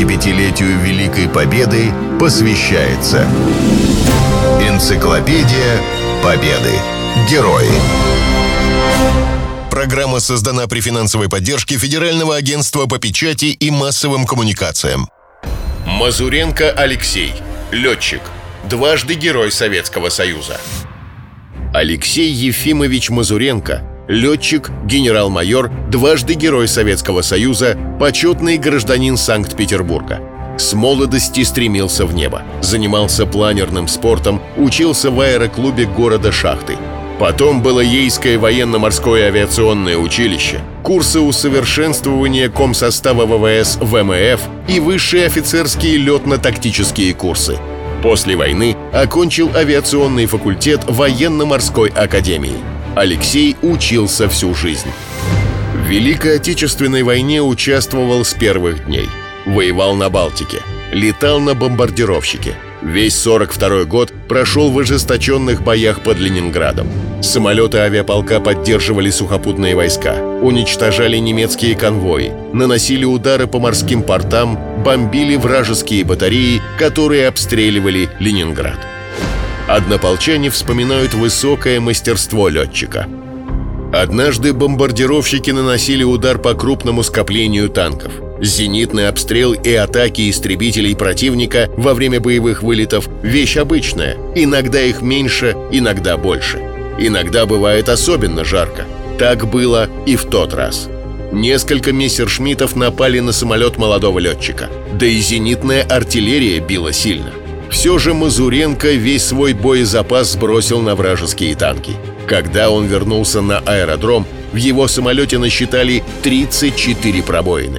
75-летию Великой Победы посвящается Энциклопедия Победы. Герои. Программа создана при финансовой поддержке Федерального агентства по печати и массовым коммуникациям. Мазуренко Алексей. Летчик. Дважды Герой Советского Союза. Алексей Ефимович Мазуренко. Летчик, генерал-майор, дважды Герой Советского Союза, почетный гражданин Санкт-Петербурга. С молодости стремился в небо, занимался планерным спортом, учился в аэроклубе города Шахты. Потом было Ейское военно-морское авиационное училище, курсы усовершенствования комсостава ВВС ВМФ и высшие офицерские летно-тактические курсы. После войны окончил авиационный факультет военно-морской академии. Алексей учился всю жизнь. В Великой Отечественной войне участвовал с первых дней. Воевал на Балтике, летал на бомбардировщике. Весь 42-й год прошел в ожесточенных боях под Ленинградом. Самолеты авиаполка поддерживали сухопутные войска, уничтожали немецкие конвои, наносили удары по морским портам, бомбили вражеские батареи, которые обстреливали Ленинград. Однополчане вспоминают высокое мастерство летчика. Однажды бомбардировщики наносили удар по крупному скоплению танков. Зенитный обстрел и атаки истребителей противника во время боевых вылетов – вещь обычная. Иногда их меньше, иногда больше. Иногда бывает особенно жарко. Так было и в тот раз. Несколько мессершмиттов напали на самолет молодого летчика. Да и зенитная артиллерия била сильно. Все же Мазуренко весь свой боезапас сбросил на вражеские танки. Когда он вернулся на аэродром, в его самолете насчитали 34 пробоины.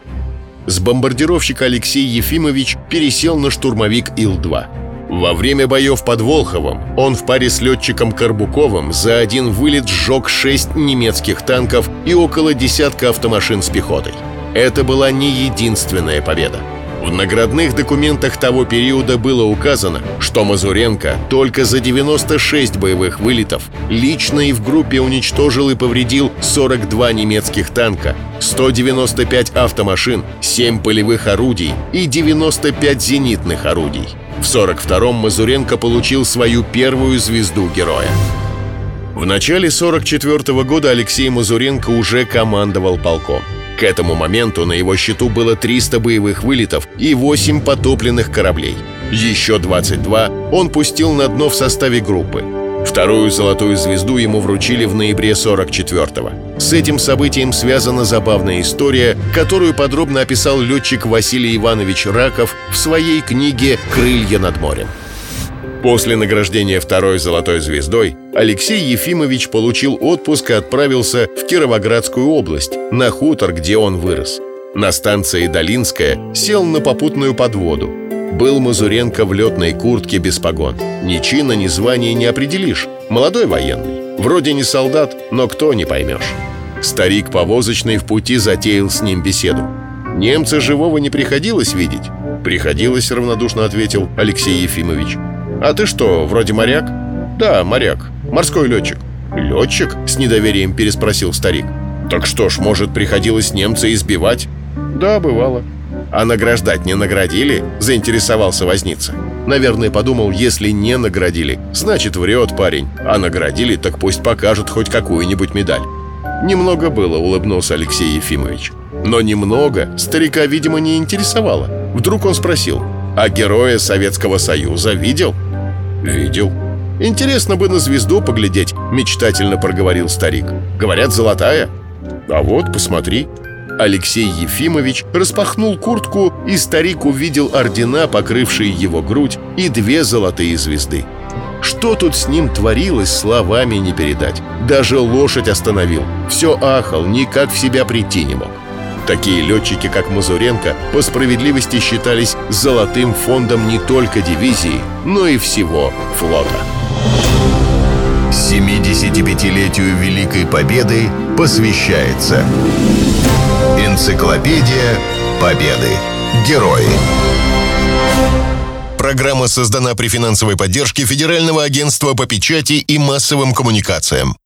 С бомбардировщика Алексей Ефимович пересел на штурмовик Ил-2. Во время боев под Волховом он в паре с летчиком Карбуковым за один вылет сжег 6 немецких танков и около десятка автомашин с пехотой. Это была не единственная победа. В наградных документах того периода было указано, что Мазуренко только за 96 боевых вылетов лично и в группе уничтожил и повредил 42 немецких танка, 195 автомашин, 7 полевых орудий и 95 зенитных орудий. В 42-м Мазуренко получил свою первую звезду героя. В начале 44-го года Алексей Мазуренко уже командовал полком. К этому моменту на его счету было 300 боевых вылетов и 8 потопленных кораблей. Еще 22 он пустил на дно в составе группы. Вторую золотую звезду ему вручили в ноябре 44-го. С этим событием связана забавная история, которую подробно описал летчик Василий Иванович Раков в своей книге «Крылья над морем». После награждения второй золотой звездой Алексей Ефимович получил отпуск и отправился в Кировоградскую область, на хутор, где он вырос. На станции Долинская сел на попутную подводу. Был Мазуренко в летной куртке без погон. Ни чина, ни звания не определишь. Молодой военный. Вроде не солдат, но кто не поймешь. Старик повозочный в пути затеял с ним беседу. «Немца живого не приходилось видеть?» «Приходилось», — равнодушно ответил Алексей Ефимович. «А ты что, вроде моряк?» «Да, моряк. Морской летчик». «Летчик?» — с недоверием переспросил старик. «Так что ж, может, приходилось немца избивать?» «Да, бывало». «А награждать не наградили?» — заинтересовался возница. Наверное, подумал, если не наградили, значит, врет парень. А наградили, так пусть покажут хоть какую-нибудь медаль. «Немного было», — улыбнулся Алексей Ефимович. Но немного старика, видимо, не интересовало. Вдруг он спросил: «А героя Советского Союза видел?» «Видел». «Интересно бы на звезду поглядеть», — мечтательно проговорил старик. «Говорят, золотая». «А вот, посмотри». Алексей Ефимович распахнул куртку, и старик увидел ордена, покрывшие его грудь, и 2 золотые звезды. Что тут с ним творилось, словами не передать. Даже лошадь остановил. Все ахал, никак в себя прийти не мог. Такие летчики, как Мазуренко, по справедливости считались золотым фондом не только дивизии, но и всего флота. 75-летию Великой Победы посвящается Энциклопедия Победы. Герои. Программа создана при финансовой поддержке Федерального агентства по печати и массовым коммуникациям.